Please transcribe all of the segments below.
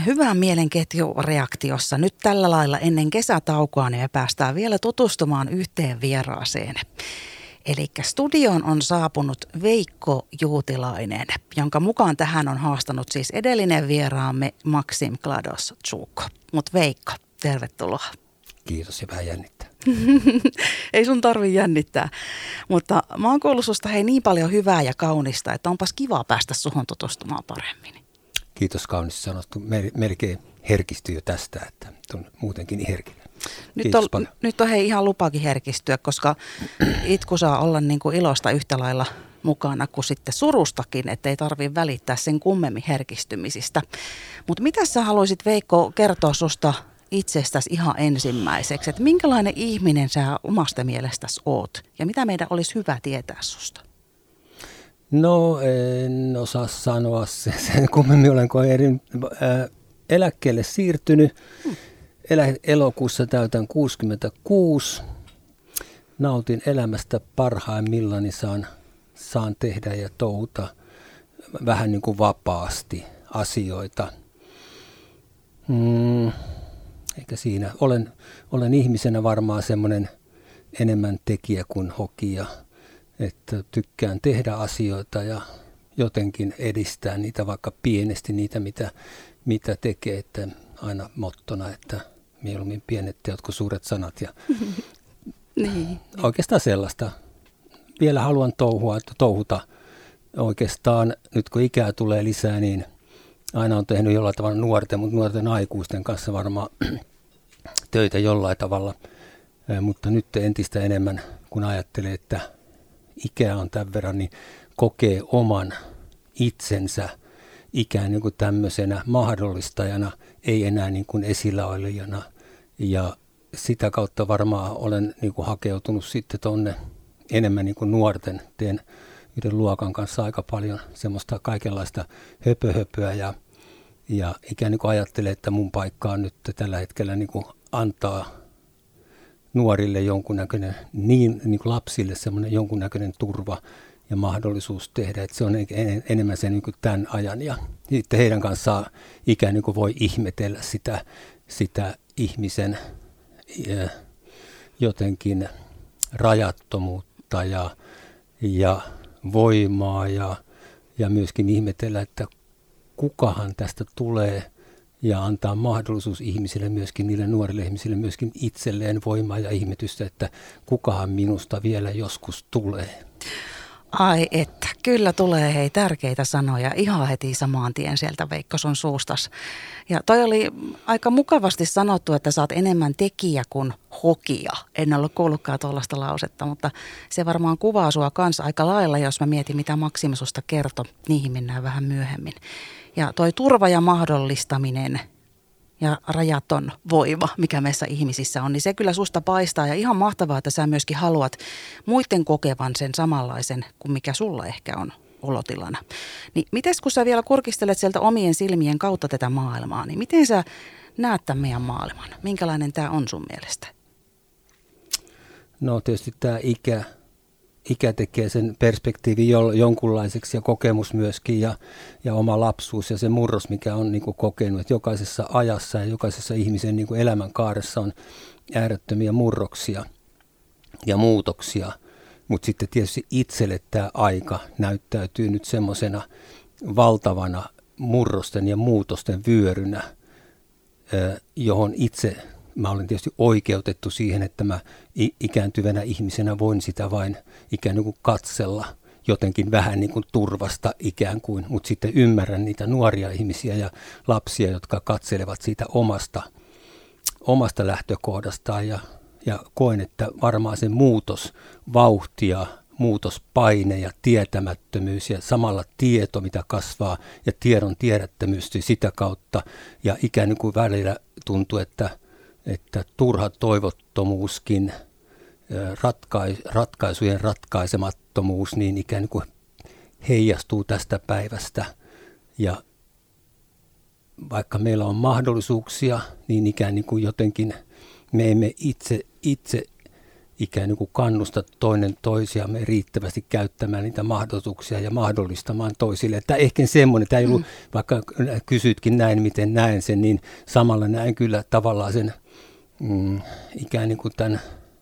hyvän mielen ketjureaktiossa nyt tällä lailla ennen kesätaukoa, niin me päästään vielä tutustumaan yhteen vieraaseen. Eli studioon on saapunut Veikko Juutilainen, jonka mukaan tähän on haastanut siis edellinen vieraamme Maksim Kladoschuk. Mutta Veikko, tervetuloa. Kiitos, ja vähän jännittää. Ei sun tarvi jännittää, mutta mä oon kuullut susta niin paljon hyvää ja kaunista, että onpas kiva päästä suhun tutustumaan paremmin. Kiitos, kaunista sanottu. Melkein herkistyy jo tästä, että on muutenkin niin herkinen. Nyt on ihan lupakin herkistyä, koska itku saa olla niin kuin ilosta yhtä lailla mukana kuin sitten surustakin, ettei tarvitse välittää sen kummemmin herkistymisistä. Mutta mitä sä haluaisit, Veikko, kertoa susta itsestäsi ihan ensimmäiseksi, että minkälainen ihminen sä omasta mielestäsi oot ja mitä meidän olisi hyvä tietää susta? No, en osaa sanoa sen kummemmin, olenko eläkkeelle siirtynyt. Elokuussa täytän 66. Nautin elämästä parhaimmillani, saan tehdä ja touhuta vähän niin kuin vapaasti asioita. Eikä siinä. Olen ihmisenä varmaan semmoinen enemmän tekijä kuin hokija, että tykkään tehdä asioita ja jotenkin edistää niitä vaikka pienesti, niitä mitä tekee, että aina mottona, että mieluummin pienet teot kuin suuret sanat ja niin. Oikeastaan sellaista. Vielä haluan touhuta oikeastaan, nyt kun ikää tulee lisää, niin aina on tehnyt jollain tavalla nuorten aikuisten kanssa varmaan töitä jollain tavalla, mutta nyt entistä enemmän, kun ajattelee, että ikää on tämän verran, niin kokee oman itsensä ikään niin kuin tämmöisenä mahdollistajana, ei enää niin kuin esilläolijana. Ja sitä kautta varmaan olen niin kuin hakeutunut sitten tuonne enemmän niin kuin nuorten. Teen yhden luokan kanssa aika paljon semmoista kaikenlaista höpöhöpöä ja ikään niin kuin ajattelen, että mun paikka on nyt tällä hetkellä niin kuin antaa nuorille jonkunnäköinen, niin kuin lapsille semmoinen jonkunnäköinen turva ja mahdollisuus tehdä, että se on enemmän se niin kuin tämän ajan ja sitten heidän kanssaan ikään kuin voi ihmetellä sitä ihmisen jotenkin rajattomuutta ja voimaa ja myöskin ihmetellä, että kukahan tästä tulee ja antaa mahdollisuus ihmisille, myöskin niille nuorille ihmisille, myöskin itselleen voimaa ja ihmetystä, että kukahan minusta vielä joskus tulee. Ai että, kyllä tulee hei tärkeitä sanoja ihan heti samaan tien sieltä Veikko sun suustas. Ja toi oli aika mukavasti sanottu, että sä oot enemmän tekijä kuin hokija. En ole kuullutkaan tuollaista lausetta, mutta se varmaan kuvaa sua kanssa aika lailla, jos mä mietin mitä Maksim susta kertoi. Niihin mennään vähän myöhemmin. Ja toi turva ja mahdollistaminen ja rajaton voima, mikä meissä ihmisissä on, niin se kyllä susta paistaa ja ihan mahtavaa, että sä myöskin haluat muiden kokevan sen samanlaisen kuin mikä sulla ehkä on olotilana. Niin mites kun sä vielä kurkistelet sieltä omien silmien kautta tätä maailmaa, niin miten sä näet tämän meidän maailman? Minkälainen tämä on sun mielestä? No tietysti tämä ikä tekee sen perspektiivin jonkunlaiseksi ja kokemus myöskin ja oma lapsuus ja se murros, mikä on niin kuin kokenut, että jokaisessa ajassa ja jokaisessa ihmisen niin kuin elämänkaaressa on äärettömiä murroksia ja muutoksia, mutta sitten tietysti itselle tämä aika näyttäytyy nyt semmoisena valtavana murrosten ja muutosten vyörynä, johon itse mä olen tietysti oikeutettu siihen, että mä ikääntyvänä ihmisenä voin sitä vain ikään kuin katsella jotenkin vähän niin kuin turvasta ikään kuin, mutta sitten ymmärrän niitä nuoria ihmisiä ja lapsia, jotka katselevat siitä omasta lähtökohdastaan ja koen, että varmaan se muutosvauhti ja muutospaine ja tietämättömyys ja samalla tieto, mitä kasvaa ja tiedon tiedättömyys sitä kautta ja ikään kuin välillä tuntuu, että turha toivottomuuskin, ratkaisujen ratkaisemattomuus niin ikään kuin heijastuu tästä päivästä. Ja vaikka meillä on mahdollisuuksia, niin ikään kuin jotenkin me emme itse ikään kuin kannusta toinen toisiamme riittävästi käyttämään niitä mahdollisuuksia ja mahdollistamaan toisille. Että ehkä semmoinen, tämä ei ollut, vaikka kysytkin näin, miten näen sen, niin samalla näen kyllä tavallaan sen ikään kuin tämän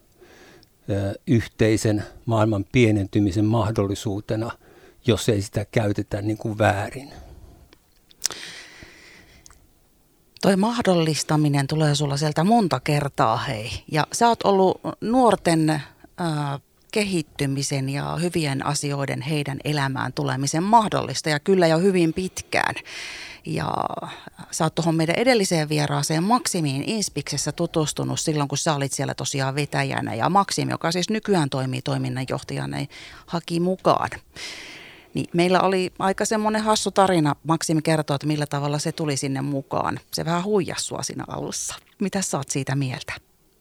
yhteisen maailman pienentymisen mahdollisuutena, jos ei sitä käytetä niin kuin väärin. Toi mahdollistaminen tulee sulla sieltä monta kertaa, hei. Ja sä oot ollut nuorten kehittymisen ja hyvien asioiden heidän elämään tulemisen mahdollista ja kyllä jo hyvin pitkään. Ja sä oot tuohon meidän edelliseen vieraaseen Maksimiin Inspiksessä tutustunut silloin, kun sä olit siellä tosiaan vetäjänä. Ja Maksim, joka siis nykyään toimii toiminnanjohtajana, haki mukaan. Niin meillä oli aika semmoinen hassu tarina. Maksim kertoo, että millä tavalla se tuli sinne mukaan. Se vähän huijasi sua siinä alussa. Mitä sä oot siitä mieltä?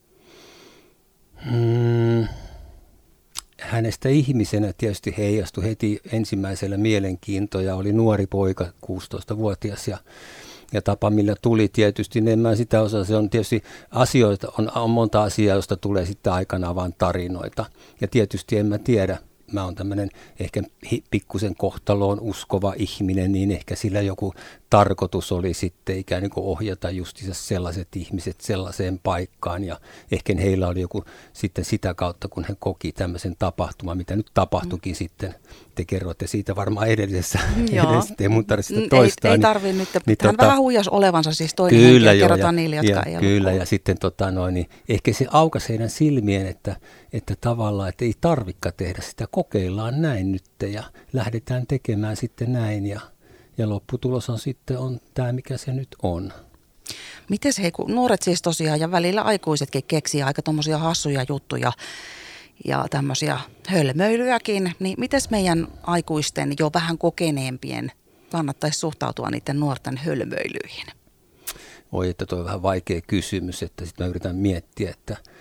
Hänestä ihmisenä tietysti heijastui heti ensimmäisellä mielenkiintoja. Oli nuori poika, 16-vuotias ja tapa, millä tuli tietysti, en mä sitä osaa. Se on tietysti asioita, on monta asiaa, josta tulee sitten aikanaan vaan tarinoita. Ja tietysti en mä tiedä. Mä oon tämmöinen ehkä pikkusen kohtaloon uskova ihminen, niin ehkä sillä joku tarkoitus oli sitten ikään kuin ohjata justiinsa sellaiset ihmiset sellaiseen paikkaan. Ja ehkä heillä oli joku sitten sitä kautta, kun he koki tämmöisen tapahtuman, mitä nyt tapahtuikin sitten. Te kerroitte siitä varmaan edellisessä, ei mun tarvitse sitä toistaa. Ei tarvitse nyt, hän vähän huijasi olevansa siis toinen henki, ja kerrotaan niille, jotka ei ole. Kyllä, ja sitten niin ehkä se aukasi heidän silmien, että tavallaan, että ei tarvikaan tehdä sitä, kokeillaan näin nyt ja lähdetään tekemään sitten näin ja lopputulos on sitten tämä, mikä se nyt on. Mites hei, kun nuoret siis tosiaan ja välillä aikuisetkin keksii aika tommosia hassuja juttuja ja tämmöisiä hölmöilyäkin, niin mites meidän aikuisten jo vähän kokeneempien kannattaisi suhtautua niiden nuorten hölmöilyihin? Oi, että tuo on vähän vaikea kysymys, että sitten mä yritän miettiä,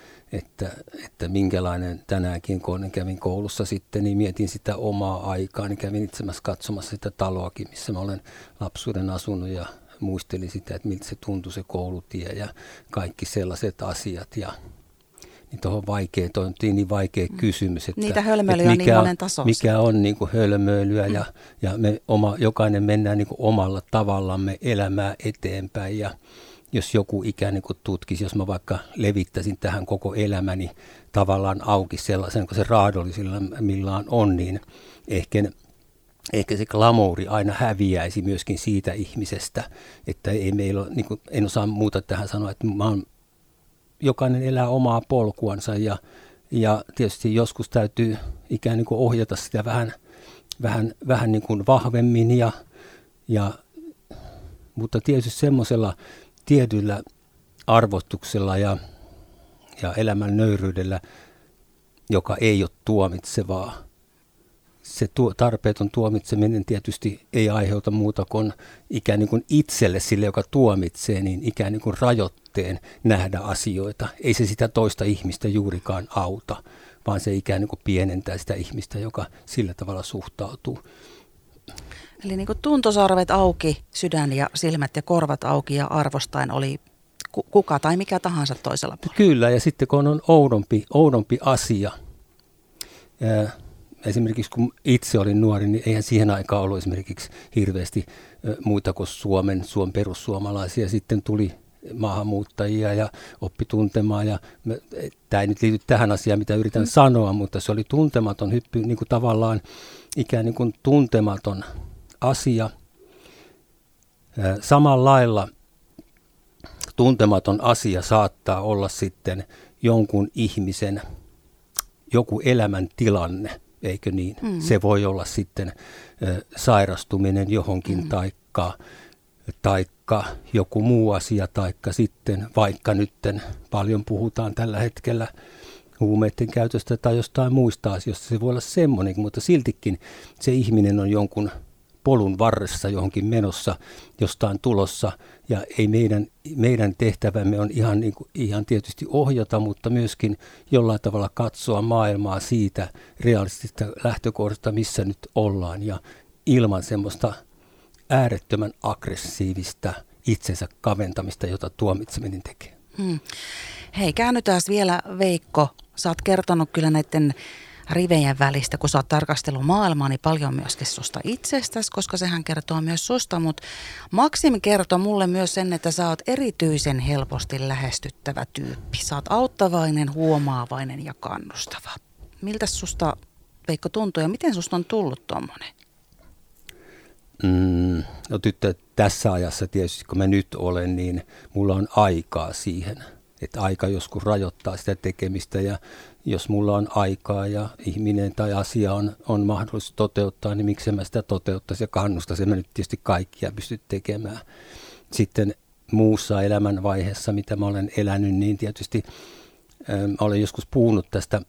että minkälainen tänäänkin, kun kävin koulussa sitten, niin mietin sitä omaa aikaa, niin kävin itse katsomassa sitä taloakin, missä mä olen lapsuuden asunut ja muistelin sitä, että miltä se tuntui se koulutie ja kaikki sellaiset asiat ja niin tuohon on niin vaikea kysymys, että niitä hölmöilyjä on niin monen tasossa. Mikä on niin kuin hölmöilyä ja me jokainen mennään niin kuin omalla tavallamme elämää eteenpäin ja jos joku ikään kuin tutkisi, jos mä vaikka levittäisin tähän koko elämäni tavallaan auki sellaisen, kun se raadollisilla millään on, niin ehkä se glamouri aina häviäisi myöskin siitä ihmisestä, että ei meillä ole, niin kuin, en osaa muuta tähän sanoa, että jokainen elää omaa polkuansa ja tietysti joskus täytyy ikään kuin ohjata sitä vähän niin kuin vahvemmin mutta tietysti semmoisella tietyllä arvostuksella ja elämän nöyryydellä, joka ei ole tuomitsevaa. Se tarpeeton tuomitseminen tietysti ei aiheuta muuta kuin ikään kuin itselle, sille joka tuomitsee, niin ikään kuin rajoitteen nähdä asioita. Ei se sitä toista ihmistä juurikaan auta, vaan se ikään kuin pienentää sitä ihmistä, joka sillä tavalla suhtautuu. Eli niin kuin tuntosarvet auki, sydän ja silmät ja korvat auki ja arvostaen oli kuka tai mikä tahansa toisella puolella. Kyllä, ja sitten kun on oudompi asia. Esimerkiksi kun itse olin nuori, niin eihän siihen aikaan ollut esimerkiksi hirveästi muita kuin Suomen perussuomalaisia. Sitten tuli maahanmuuttajia ja oppi tuntemaan. Tämä ei nyt liity tähän asiaan, mitä yritän sanoa, mutta se oli tuntematon hyppy, niin kuin tavallaan ikään niin kuin tuntematon asia. Samalla lailla tuntematon asia saattaa olla sitten jonkun ihmisen joku elämäntilanne, eikö niin? Se voi olla sitten sairastuminen johonkin taikka joku muu asia, taikka sitten vaikka nytten paljon puhutaan tällä hetkellä huumeiden käytöstä tai jostain muista asioista. Se voi olla semmoinen, mutta siltikin se ihminen on jonkun polun varressa johonkin menossa, jostain tulossa, ja ei meidän tehtävämme on ihan tietysti ohjata, mutta myöskin jollain tavalla katsoa maailmaa siitä realistisesta lähtökohdasta, missä nyt ollaan, ja ilman semmoista äärettömän aggressiivista itsensä kaventamista, jota tuomitseminen tekee. Hei, käännytään vielä Veikko. Sä oot kertonut kyllä näiden rivejen välistä, kun sä oot tarkastellut maailmaa, niin paljon myöskin susta itsestäsi, koska sehän kertoo myös susta. Mutta Maksim kertoi mulle myös sen, että sä oot erityisen helposti lähestyttävä tyyppi. Sä oot auttavainen, huomaavainen ja kannustava. Miltä susta, Veikko, tuntuu ja miten susta on tullut tommonen? No tyttö, tässä ajassa tietysti, kun mä nyt olen, niin mulla on aikaa siihen. Että aika joskus rajoittaa sitä tekemistä ja jos mulla on aikaa ja ihminen tai asia on mahdollista toteuttaa, niin miksi mä sitä toteuttaisi ja kannustaisin. Mä nyt tietysti kaikkia pysty tekemään. Sitten muussa elämänvaiheessa, mitä mä olen elänyt, niin tietysti olen joskus puhunut tästä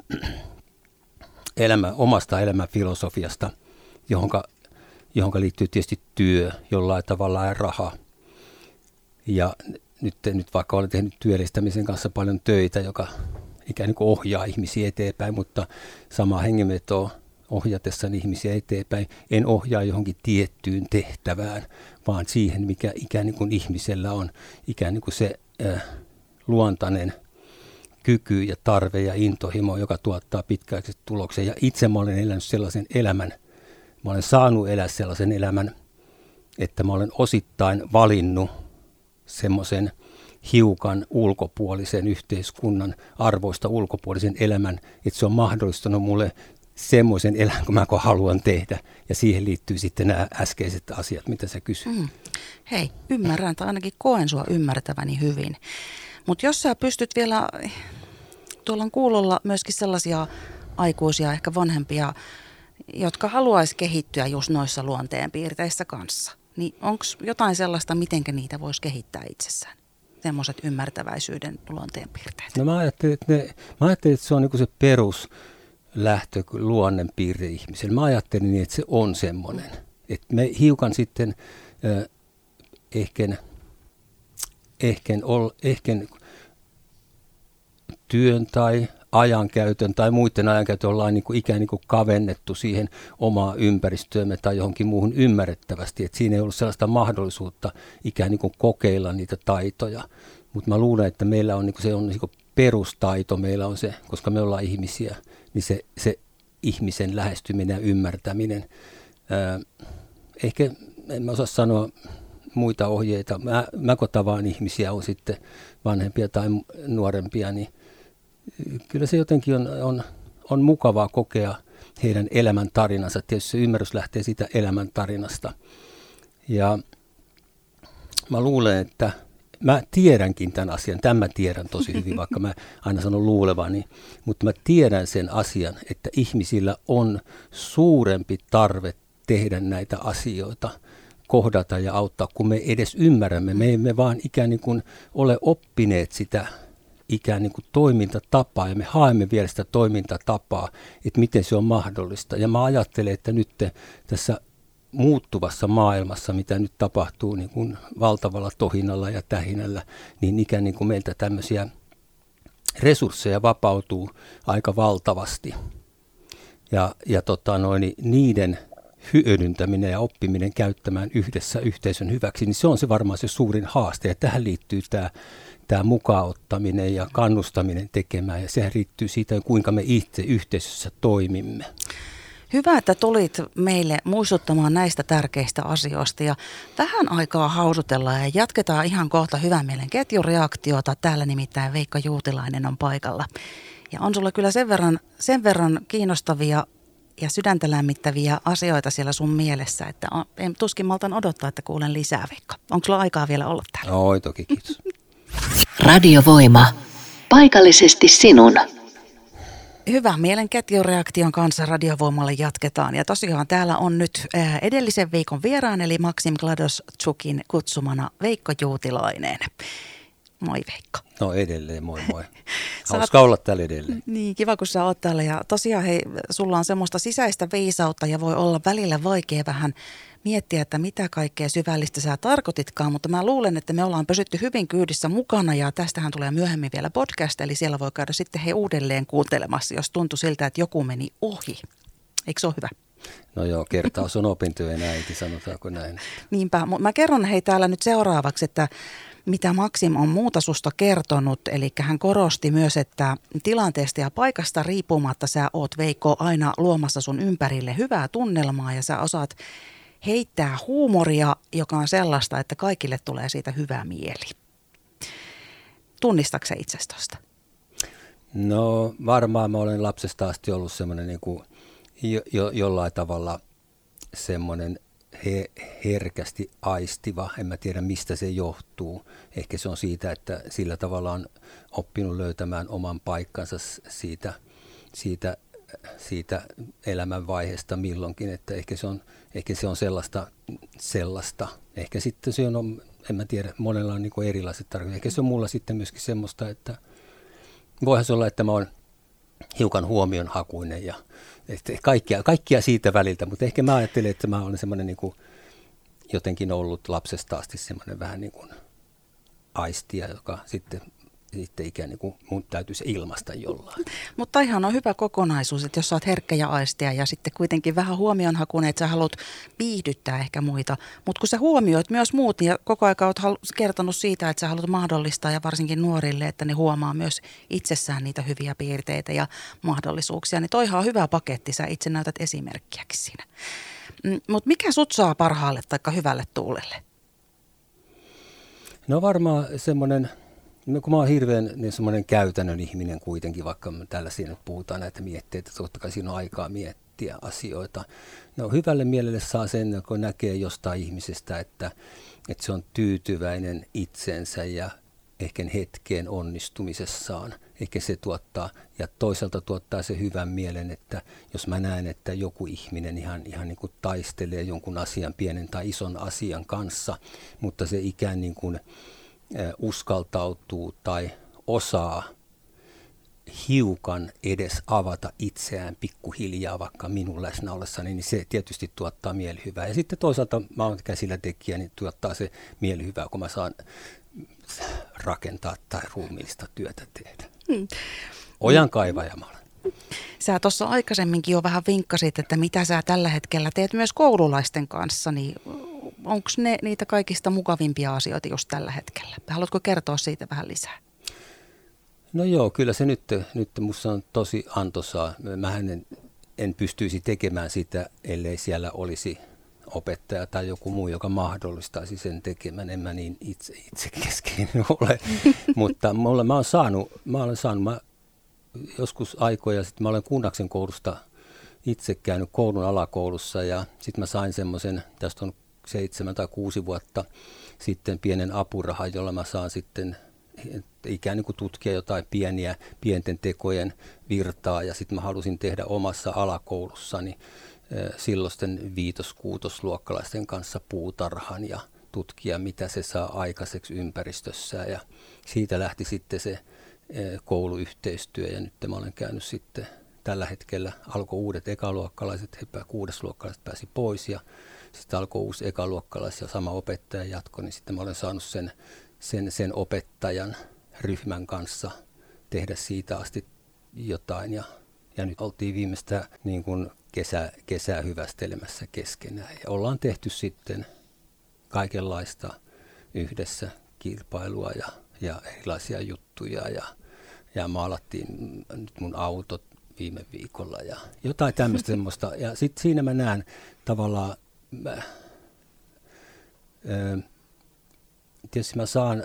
omasta elämänfilosofiasta, johonka liittyy tietysti työ jollain tavalla ja raha. Ja nyt vaikka olen tehnyt työllistämisen kanssa paljon töitä, joka ikään kuin ohjaa ihmisiä eteenpäin, mutta sama hengenveto ohjatessani ihmisiä eteenpäin. En ohjaa johonkin tiettyyn tehtävään, vaan siihen, mikä ikään kuin ihmisellä on ikään kuin se luontainen kyky ja tarve ja intohimo, joka tuottaa pitkäaikaisesti tuloksen. Ja itse mä olen elänyt sellaisen elämän, mä olen saanut elää sellaisen elämän, että mä olen osittain valinnut semmoisen hiukan ulkopuolisen yhteiskunnan arvoista ulkopuolisen elämän, että se on mahdollistanut mulle semmoisen elämän, kun mä haluan tehdä. Ja siihen liittyy sitten nämä äskeiset asiat, mitä sä kysyt. Hei, ymmärrän, tai ainakin koen sua ymmärtäväni hyvin. Mutta jos sä pystyt vielä, tuolla on kuulolla myöskin sellaisia aikuisia, ehkä vanhempia, jotka haluaisi kehittyä just noissa luonteenpiirteissä kanssa. Niin onko jotain sellaista, mitenkä niitä voisi kehittää itsessään? Semmoiset ymmärtäväisyyden luonteenpiirteet. No mä ajattelin, että se on niin kuin se peruslähtö luonnonpiirre ihmisellä. Mä ajattelin niin, että se on semmoinen. Että me hiukan sitten ehkä työn tai ajankäytön tai muiden ajankäytön ollaan ikään kuin kavennettu siihen omaan ympäristöömme tai johonkin muuhun ymmärrettävästi. Et siinä ei ollut sellaista mahdollisuutta ikään kuin kokeilla niitä taitoja. Mutta mä luulen, että meillä on, se on perustaito, meillä on se, koska me ollaan ihmisiä, niin se ihmisen lähestyminen ja ymmärtäminen. Ehkä en mä osaa sanoa muita ohjeita. Mä kun tavaan ihmisiä, on sitten vanhempia tai nuorempia, niin kyllä se jotenkin on mukavaa kokea heidän elämän tarinansa. Tietysti se ymmärrys lähtee siitä elämän tarinasta. Ja mä luulen, että mä tiedänkin tämän asian. Tämän mä tiedän tosi hyvin, vaikka mä aina sanon luulevani. Mutta mä tiedän sen asian, että ihmisillä on suurempi tarve tehdä näitä asioita, kohdata ja auttaa, kun me edes ymmärrämme. Me emme vaan ikään kuin ole oppineet sitä ikään kuin toimintatapaa ja me haemme vielä sitä toimintatapaa, että miten se on mahdollista. Ja mä ajattelen, että nyt tässä muuttuvassa maailmassa, mitä nyt tapahtuu niin kuin valtavalla tohinalla ja tähinällä, niin ikään kuin meiltä tämmöisiä resursseja vapautuu aika valtavasti. Ja niiden hyödyntäminen ja oppiminen käyttämään yhdessä yhteisön hyväksi, niin se on se varmaan se suurin haaste. Ja tähän liittyy tämä mukaanottaminen ja kannustaminen tekemään, ja sehän riittyy siitä, kuinka me itse yhteisössä toimimme. Hyvä, että tulit meille muistuttamaan näistä tärkeistä asioista, ja vähän aikaa hausutellaan ja jatketaan ihan kohta Hyvän mielen ketjureaktiota. Täällä nimittäin Veikko Juutilainen on paikalla. Ja on sulla kyllä sen verran kiinnostavia ja sydäntä lämmittäviä asioita siellä sun mielessä, että en tuskin maltan odottaa, että kuulen lisää, Veikko. Onko sulla aikaa vielä olla täällä? Oi, toki, kiitos. Radiovoima. Paikallisesti sinun. Hyvä. Mielen ketjureaktion kanssa Radiovoimalle jatketaan. Ja tosiaan täällä on nyt edellisen viikon vieraan, eli Maksim Gladostzukin kutsumana Veikko Juutilainen. Moi Veikko. No edelleen, moi moi. Hauska olla täällä edelleen. Niin, kiva kun sä oot täällä. Ja tosiaan hei, sulla on semmoista sisäistä viisautta ja voi olla välillä vaikea vähän miettiä, että mitä kaikkea syvällistä sä tarkoititkaan, mutta mä luulen, että me ollaan pysytty hyvin kyydissä mukana ja tästähän tulee myöhemmin vielä podcast, eli siellä voi käydä sitten he uudelleen kuuntelemassa, jos tuntui siltä, että joku meni ohi. Eikö se ole hyvä? No joo, kertaus on opintojen äiti, sanotaanko näin. Niinpä, mutta mä kerron hei täällä nyt seuraavaksi, että mitä Maksim on muuta susta kertonut. Eli hän korosti myös, että tilanteesta ja paikasta riippumatta sä oot, Veikko, aina luomassa sun ympärille hyvää tunnelmaa ja sä osaat heittää huumoria, joka on sellaista, että kaikille tulee siitä hyvä mieli. Tunnistatko sä itsestä tosta? No varmaan mä olen lapsesta asti ollut semmoinen niin kuin jollain tavalla semmoinen herkästi aistiva. En mä tiedä mistä se johtuu. Ehkä se on siitä, että sillä tavalla on oppinut löytämään oman paikkansa siitä elämänvaiheesta milloinkin. Että ehkä se on sellaista. Ehkä sitten se on, en mä tiedä, monella on niin kuin erilaiset tarkoitukset. Ehkä se on mulla sitten myöskin semmoista, että voihan se olla, että mä oon hiukan huomionhakuinen ja kaikkia siitä väliltä, mutta ehkä mä ajattelen, että mä olen semmoinen niin kuin jotenkin ollut lapsesta asti semmoinen vähän niin kuin aistia, joka sitten ikään niin kuin mun täytyisi ilmaista jollain. Mutta ihan on hyvä kokonaisuus, että jos sä oot herkkä ja aistia ja sitten kuitenkin vähän huomionhakuinen, että sä haluat viihdyttää ehkä muita. Mutta kun sä huomioit myös muut ja koko ajan oot kertonut siitä, että sä haluat mahdollistaa ja varsinkin nuorille, että ne huomaa myös itsessään niitä hyviä piirteitä ja mahdollisuuksia, niin toihan on hyvä paketti. Sä itse näytät esimerkkiäkin siinä. Mutta mikä sut saa parhaalle tai hyvälle tuulelle? No varmaan semmoinen. No kun mä oon hirveän niin semmoinen käytännön ihminen kuitenkin, vaikka tällaisia nyt puhutaan näitä mietteitä, totta kai siinä on aikaa miettiä asioita. No hyvälle mielelle saa sen, kun näkee jostain ihmisestä, että se on tyytyväinen itsensä ja ehkä hetkeen onnistumisessaan. Ehkä se tuottaa, ja toisaalta tuottaa se hyvän mielen, että jos mä näen, että joku ihminen ihan niin kuin taistelee jonkun asian, pienen tai ison asian kanssa, mutta se ikään niin kuin uskaltautuu tai osaa hiukan edes avata itseään pikkuhiljaa vaikka minun läsnä ollessani, niin se tietysti tuottaa mielihyvää. Ja sitten toisaalta mä oon käsillä tekijä, niin tuottaa se mielihyvää, kun mä saan rakentaa tai ruumiillista työtä tehdä. Ojan kaivaja mä olen. Sä tuossa aikaisemminkin jo vähän vinkkasit, että mitä sä tällä hetkellä teet myös koululaisten kanssa, niin onko ne niitä kaikista mukavimpia asioita just tällä hetkellä? Haluatko kertoa siitä vähän lisää? No joo, kyllä se nyt musta on tosi antoisaa. Mähän en pystyisi tekemään sitä, ellei siellä olisi opettaja tai joku muu, joka mahdollistaisi sen tekemään. En mä niin itse keskeinen ole, mutta mä olen saanut joskus aikoja sitten, mä olen Kunnaksen koulusta itse käynyt koulun alakoulussa ja sitten mä sain semmoisen, tästä on 7 tai 6 vuotta sitten pienen apurahan, jolla mä saan sitten ikään niin kuin tutkia jotain pienten tekojen virtaa ja sitten mä halusin tehdä omassa alakoulussani silloisten 5-6-luokkalaisten kanssa puutarhan ja tutkia, mitä se saa aikaiseksi ympäristössä ja siitä lähti sitten se kouluyhteistyö ja nyt mä olen käynyt sitten tällä hetkellä alkoi uudet ekaluokkalaiset, 6-luokkalaiset pääsi pois ja sitten alkoi uusi ekaluokkalais ja sama opettaja jatko, niin sitten mä olen saanut sen opettajan ryhmän kanssa tehdä siitä asti jotain ja nyt oltiin viimeistä niin kuin kesää hyvästelemässä keskenään ja ollaan tehty sitten kaikenlaista yhdessä kilpailua ja erilaisia juttuja ja maalattiin nyt mun autot viime viikolla ja jotain tämmöistä semmoista. Ja sitten siinä mä näen tavallaan, tietysti mä saan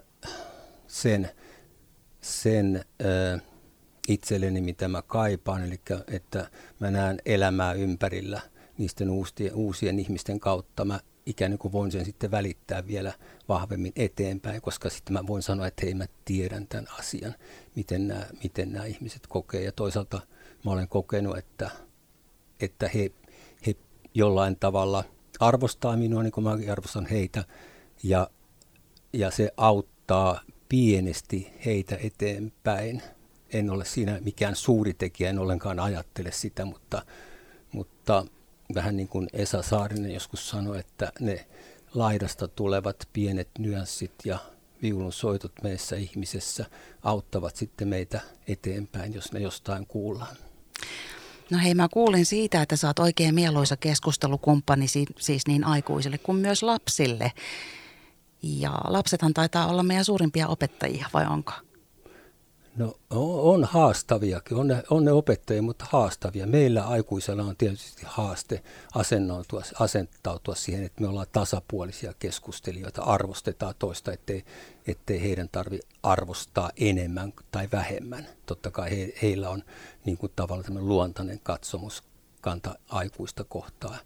sen itselleni, mitä mä kaipaan, eli että mä näen elämää ympärillä niisten uusien ihmisten kautta. Mä ikään kuin voin sen sitten välittää vielä vahvemmin eteenpäin, koska sitten mä voin sanoa, että hei, mä tiedän tämän asian, miten nämä ihmiset kokee. Ja toisaalta mä olen kokenut, että he jollain tavalla arvostaa minua, niin kuin mä arvostan heitä, ja se auttaa pienesti heitä eteenpäin. En ole siinä mikään suuri tekijä, en ollenkaan ajattele sitä, mutta vähän niin kuin Esa Saarinen joskus sanoi, että ne laidasta tulevat pienet nyanssit ja viulunsoitot meissä ihmisessä auttavat sitten meitä eteenpäin, jos ne jostain kuullaan. No hei, mä kuulin siitä, että sä oot oikein mieluisa keskustelukumppani siis niin aikuisille kuin myös lapsille. Ja lapsethan taitaa olla meidän suurimpia opettajia, vai onko? No on haastaviakin, on ne opettajia, mutta haastavia. Meillä aikuisella on tietysti haaste asenttautua siihen, että me ollaan tasapuolisia keskustelijoita, arvostetaan toista, ettei heidän tarvitse arvostaa enemmän tai vähemmän. Totta kai heillä on niin kuin tavallaan tämmöinen luontainen katsomuskanta aikuista kohtaan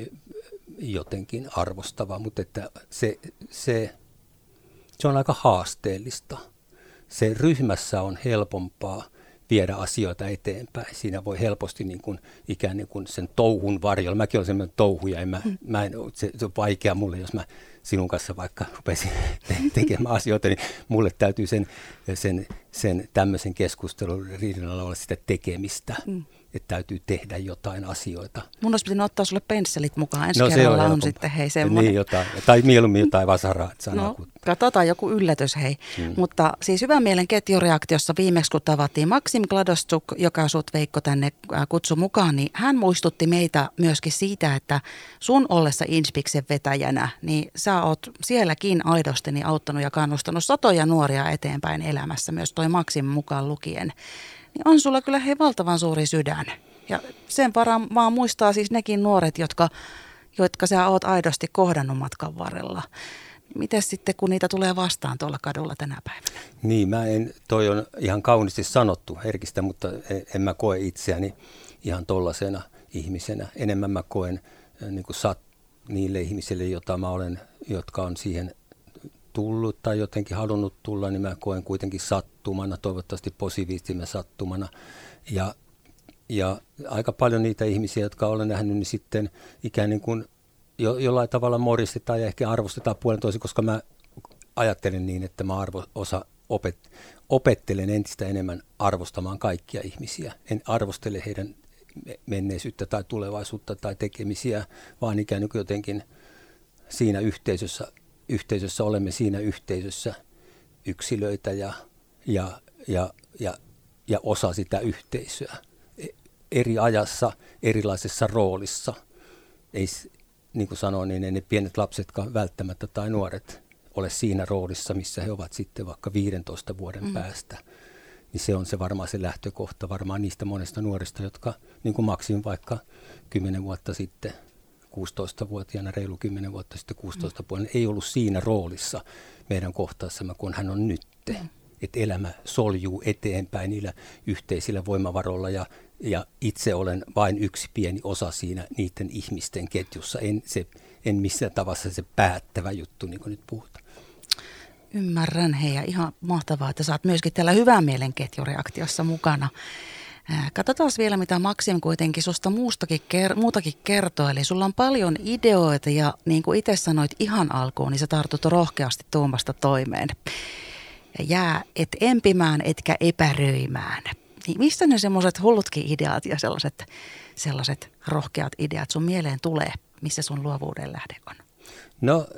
jotenkin arvostava, mutta että se on aika haasteellista. Se ryhmässä on helpompaa viedä asioita eteenpäin. Siinä voi helposti ikään kuin sen touhun varjolla. Mäkin olen sellainen touhuja. Se on vaikea mulle, jos mä sinun kanssa vaikka rupesin tekemään asioita, niin mulle täytyy sen tämmöisen keskustelun rinnalla olla sitä tekemistä. Että täytyy tehdä jotain asioita. Mun olisi pitänyt ottaa sulle pensselit mukaan. Ensi kerralla on sitten semmoinen. Niin, tai mieluummin jotain vasaraa. Katsotaan joku yllätys, Mutta siis hyvän mielen ketjureaktiossa viimeksi, kun tavattiin Maksim Gladostuk, joka sut Veikko tänne kutsui mukaan, niin hän muistutti meitä myöskin siitä, että sun ollessa Inspiksen vetäjänä, niin sä oot sielläkin aidosti niin auttanut ja kannustanut satoja nuoria eteenpäin elämässä, myös toi Maksim mukaan lukien. Niin on sulla kyllä valtavan suuri sydän. Ja sen varaan vaan muistaa siis nekin nuoret, jotka sä oot aidosti kohdannut matkan varrella. Mites sitten, kun niitä tulee vastaan tuolla kadulla tänä päivänä? Niin, toi on ihan kauniisti sanottu herkistä, mutta en mä koe itseäni ihan tollasena ihmisenä. Enemmän mä koen niin kuin niille ihmisille, jotka on siihen tullut tai jotenkin halunnut tulla, niin mä koen kuitenkin sattumana, toivottavasti positiivisena sattumana. Ja aika paljon niitä ihmisiä, jotka olen nähnyt, niin sitten ikään niin kuin jollain tavalla moristetaan ja ehkä arvostetaan puolen toisin, koska mä ajattelen niin, että mä opettelen entistä enemmän arvostamaan kaikkia ihmisiä. En arvostele heidän menneisyyttä tai tulevaisuutta tai tekemisiä, vaan ikään kuin jotenkin siinä yhteisössä olemme siinä yhteisössä yksilöitä ja osa sitä yhteisöä. Eri ajassa, erilaisessa roolissa. Ei, niin kuin sanoin, niin ne pienet lapsetkaan välttämättä tai nuoret ole siinä roolissa, missä he ovat sitten vaikka 15 vuoden päästä. Niin se on se varmaan se lähtökohta varmaan niistä monesta nuorista, jotka niin kuin Maksim vaikka 10 vuotta sitten, 16-vuotiaana, reilu 10 vuotta sitten 16-vuotiaana, ei ollut siinä roolissa meidän kohtaissamme, kun hän on nyt. Että elämä soljuu eteenpäin niillä yhteisillä voimavaroilla ja itse olen vain yksi pieni osa siinä niiden ihmisten ketjussa. En missään tavassa se päättävä juttu, niin kuin nyt puhutaan. Ymmärrän, ja ihan mahtavaa, että sä oot myöskin täällä hyvän mielen ketjureaktiossa mukana. Katsotaan vielä, mitä Maksim kuitenkin susta muutakin kertoo. Eli sulla on paljon ideoita ja niin kuin itse sanoit ihan alkuun, niin sä tartut rohkeasti tuumasta toimeen. Ja jää et empimään etkä epäröimään. Niin mistä ne semmoiset hullutkin ideat ja sellaiset rohkeat ideat sun mieleen tulee, missä sun luovuuden lähde on? No,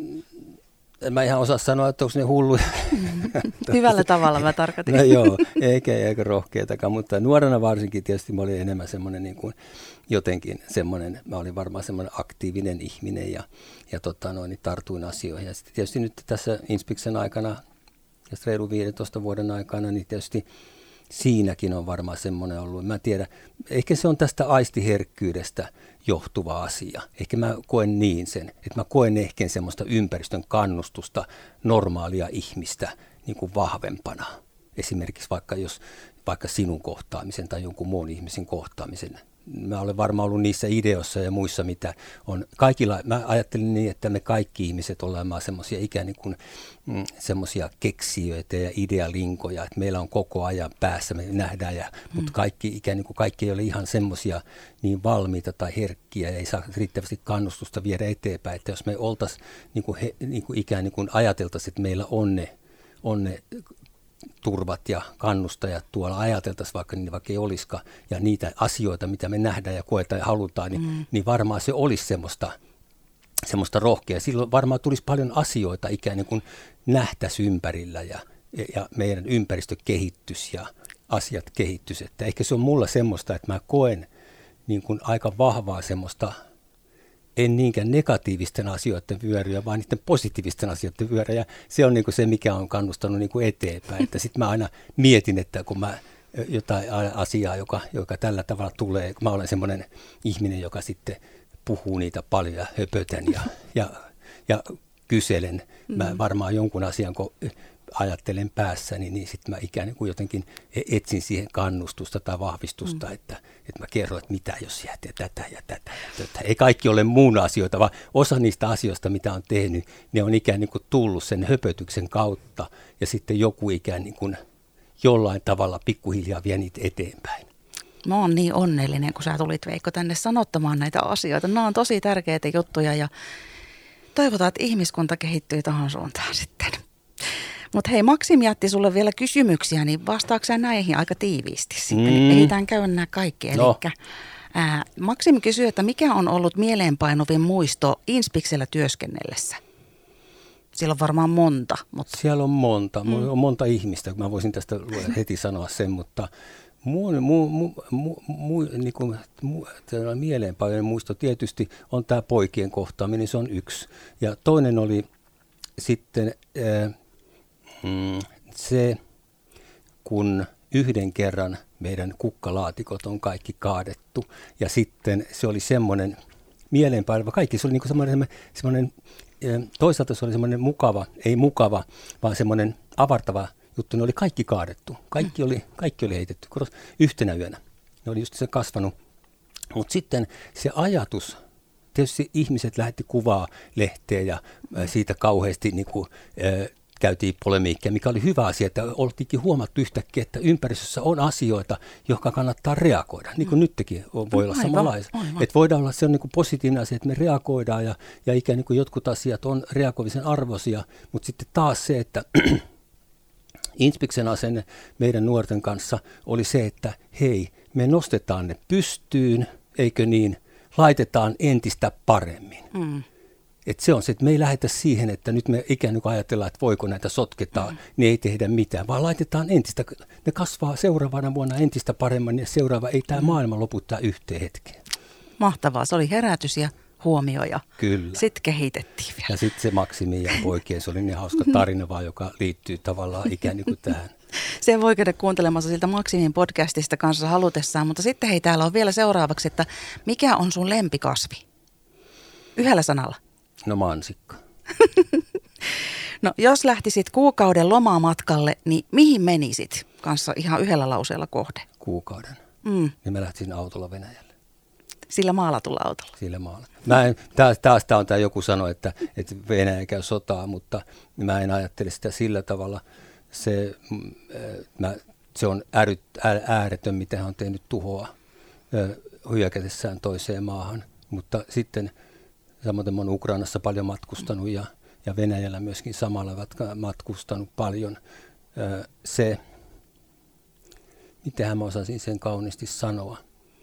en mä ihan osaa sanoa, että onko ne hulluja. Hyvällä tavalla mä tarkoitin. No joo, eikä rohkeatakaan, mutta nuorena varsinkin tietysti mä olin enemmän semmoinen niin kuin jotenkin semmoinen, mä olin varmaan semmoinen aktiivinen ihminen ja tartuin asioihin. Ja sitten tietysti nyt tässä Inspiksen aikana, ja reilu 15 vuoden aikana, niin tietysti siinäkin on varmaan semmoinen ollut. Mä en tiedä, ehkä se on tästä aistiherkkyydestä johtuva asia. Ehkä mä koen niin sen, että mä koen ehkä semmoista ympäristön kannustusta normaalia ihmistä niin kuin vahvempana. Esimerkiksi vaikka sinun kohtaamisen tai jonkun muun ihmisen kohtaamisen. Mä olen varmaan ollut niissä ideoissa ja muissa, mitä on kaikilla. Mä ajattelin niin, että me kaikki ihmiset olemme semmoisia ikään kuin semmoisia keksijöitä ja idealinkoja, että meillä on koko ajan päässä, me nähdään, mutta kaikki ei ole ihan semmoisia niin valmiita tai herkkiä ja ei saa riittävästi kannustusta viedä eteenpäin, että jos me oltaisiin ikään kuin ajateltaisiin, että meillä on ne turvat ja kannustajat tuolla, ajateltaisiin vaikka ei olisikaan, ja niitä asioita, mitä me nähdään ja koetaan ja halutaan, niin varmaan se olisi semmoista rohkeaa. Silloin varmaan tulisi paljon asioita ikään kuin nähtäisi ympärillä ja meidän ympäristö kehittyisi ja asiat kehittyisi. Että ehkä se on mulla semmoista, että mä koen niin kuin aika vahvaa semmoista en niinkään negatiivisten asioiden vyöryä, vaan niiden positiivisten asioiden vyöryä. Ja se on niin kuin se, mikä on kannustanut niin kuin eteenpäin. Sitten mä aina mietin, että kun mä jotain asiaa, joka tällä tavalla tulee, kun mä olen semmoinen ihminen, joka sitten puhuu niitä paljon ja höpötän ja kyselen. Mä varmaan jonkun asian, kun ajattelen päässäni, niin sitten mä ikään kuin jotenkin etsin siihen kannustusta tai vahvistusta, että mä kerron, että mitä jos jäät ja tätä ja tätä. Ei kaikki ole muun asioita, vaan osa niistä asioista, mitä on tehnyt, ne on ikään kuin tullut sen höpötyksen kautta ja sitten joku ikään kuin jollain tavalla pikkuhiljaa vie niitä eteenpäin. Mä oon niin onnellinen, kun sä tulit, Veikko, tänne sanottamaan näitä asioita. Nämä on tosi tärkeitä juttuja ja toivotaan, että ihmiskunta kehittyy tähän suuntaan sitten. Mutta hei, Maksim jätti sulle vielä kysymyksiä, niin vastaako sä näihin aika tiiviisti sitten? Ehditään käydä nämä kaikki. No. Maksim kysyy, että mikä on ollut mieleenpainuvin muisto Inspiksellä työskennellessä? Siellä on varmaan monta. Mutta siellä on monta. On monta ihmistä. Mä voisin tästä heti sanoa sen, mutta mieleenpainuvin muisto tietysti on tämä poikien kohtaaminen, se on yksi. Ja toinen oli sitten se, kun yhden kerran meidän kukkalaatikot on kaikki kaadettu ja sitten se oli semmoinen mieleenpainuva, kaikki se oli niin kuin semmoinen, toisaalta se oli semmoinen mukava, ei mukava, vaan semmoinen avartava juttu, ne oli kaikki kaadettu, kaikki oli heitetty yhtenä yönä, ne oli just se kasvanut, mutta sitten se ajatus, tietysti ihmiset lähetti kuvaa lehteen ja siitä kauheasti niin kuin, käytiin polemiikkia, mikä oli hyvä asia, että oltiinkin huomattu yhtäkkiä, että ympäristössä on asioita, jotka kannattaa reagoida. Niin kuin nytkin voi olla samanlaista. Että voidaan olla, se on niin kuin positiivinen asia, että me reagoidaan ja ikään kuin jotkut asiat on reagoimisen arvoisia, mutta sitten taas se, että Inspiksen asenne meidän nuorten kanssa oli se, että hei, me nostetaan ne pystyyn, eikö niin, laitetaan entistä paremmin. Että se on se, että me ei lähdetä siihen, että nyt me ikään kuin ajatellaan, että voiko näitä sotketaan, niin ei tehdä mitään, vaan laitetaan entistä, ne kasvaa seuraavana vuonna entistä paremmin ja seuraava, ei tämä maailma loputtaa yhteen hetkeen. Mahtavaa, se oli herätys ja huomio ja kyllä. Sitten kehitettiin vielä. Ja sitten se Maksimin ja poikien, se oli niin hauska tarina vaan, joka liittyy tavallaan ikään kuin tähän. Sen voi käydä kuuntelemassa siltä Maksimin podcastista kanssa halutessaan, mutta sitten hei, täällä on vielä seuraavaksi, että mikä on sun lempikasvi? Yhdellä sanalla. No mansikka. No jos lähtisit kuukauden lomamatkalle, niin mihin menisit? Kanssa ihan yhdellä lauseella kohde. Kuukauden. Niin mä lähtisin autolla Venäjälle. Sillä maalatulla autolla? Sillä maalla. Taas tämä joku sanoi, että Venäjä käy sotaa, mutta mä en ajattele sitä sillä tavalla. Se on ääretön, mitä hän on tehnyt tuhoa hyökätessään toiseen maahan, mutta sitten samoin mä oon Ukrainassa paljon matkustanut ja Venäjällä myöskin samalla matkustanut paljon. Mitenhän mä osasin sen kauniisti sanoa.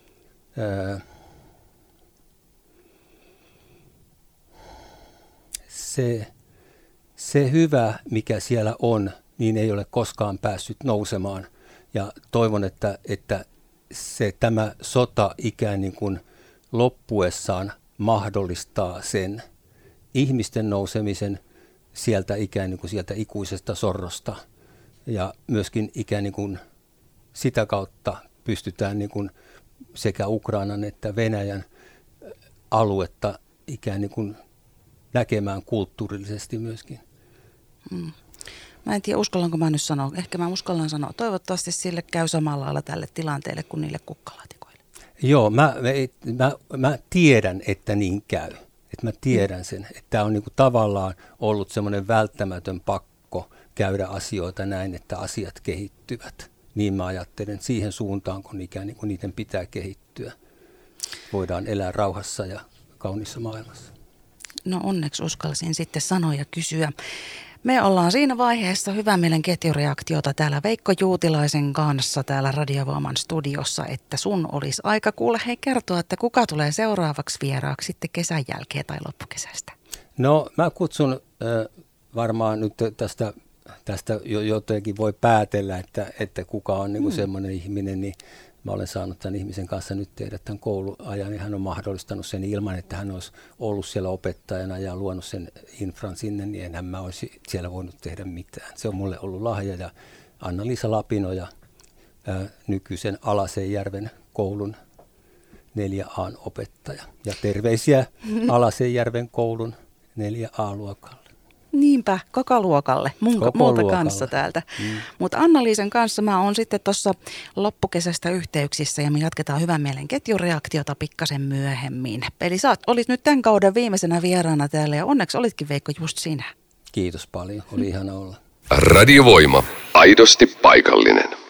Se hyvä, mikä siellä on, niin ei ole koskaan päässyt nousemaan. Ja toivon, että tämä sota ikään niin kuin loppuessaan mahdollistaa sen ihmisten nousemisen sieltä ikään niin kuin sieltä ikuisesta sorrosta ja myöskin ikään niin kuin sitä kautta pystytään niin kuin sekä Ukrainan että Venäjän aluetta ikään niin kuin näkemään kulttuurillisesti myöskin. Mä en tiedä, uskallanko mä nyt sanoa. Ehkä mä uskallan sanoa. Toivottavasti sille käy samalla lailla tälle tilanteelle kuin niille kukkalaatikoille. Joo, mä tiedän, että niin käy. Että mä tiedän sen, että tämä on niinku tavallaan ollut semmoinen välttämätön pakko käydä asioita näin, että asiat kehittyvät. Niin mä ajattelen siihen suuntaan, kun ikään kuin niiden pitää kehittyä. Voidaan elää rauhassa ja kaunissa maailmassa. No onneksi uskalsin sitten sanoa ja kysyä. Me ollaan siinä vaiheessa hyvän mielen ketjureaktiota täällä Veikko Juutilaisen kanssa täällä Radio Voiman studiossa, että sun olisi aika kuule kertoa, että kuka tulee seuraavaksi vieraaksi sitten kesän jälkeen tai loppukesästä. No mä kutsun varmaan nyt tästä jotenkin voi päätellä, että kuka on niin kuin semmoinen ihminen, niin mä olen saanut tämän ihmisen kanssa nyt tehdä tämän kouluajan, ja hän on mahdollistanut sen ilman, että hän olisi ollut siellä opettajana ja luonut sen infran sinne, niin enhän mä olisi siellä voinut tehdä mitään. Se on mulle ollut lahja, ja Anna-Liisa Lapinoja, nykyisen Alasenjärven koulun 4A:n opettaja. Ja terveisiä Alasenjärven koulun 4A-luokalle. Niinpä, koko luokalle, multa kanssa täältä. Mutta Anna-Liisen kanssa mä oon sitten tuossa loppukesästä yhteyksissä ja me jatketaan hyvän mielen ketjureaktiota pikkasen myöhemmin. Eli sä olit nyt tämän kauden viimeisenä vieraana täällä ja onneksi olitkin, Veikko, just sinä. Kiitos paljon, oli ihana olla. Radiovoima, aidosti paikallinen.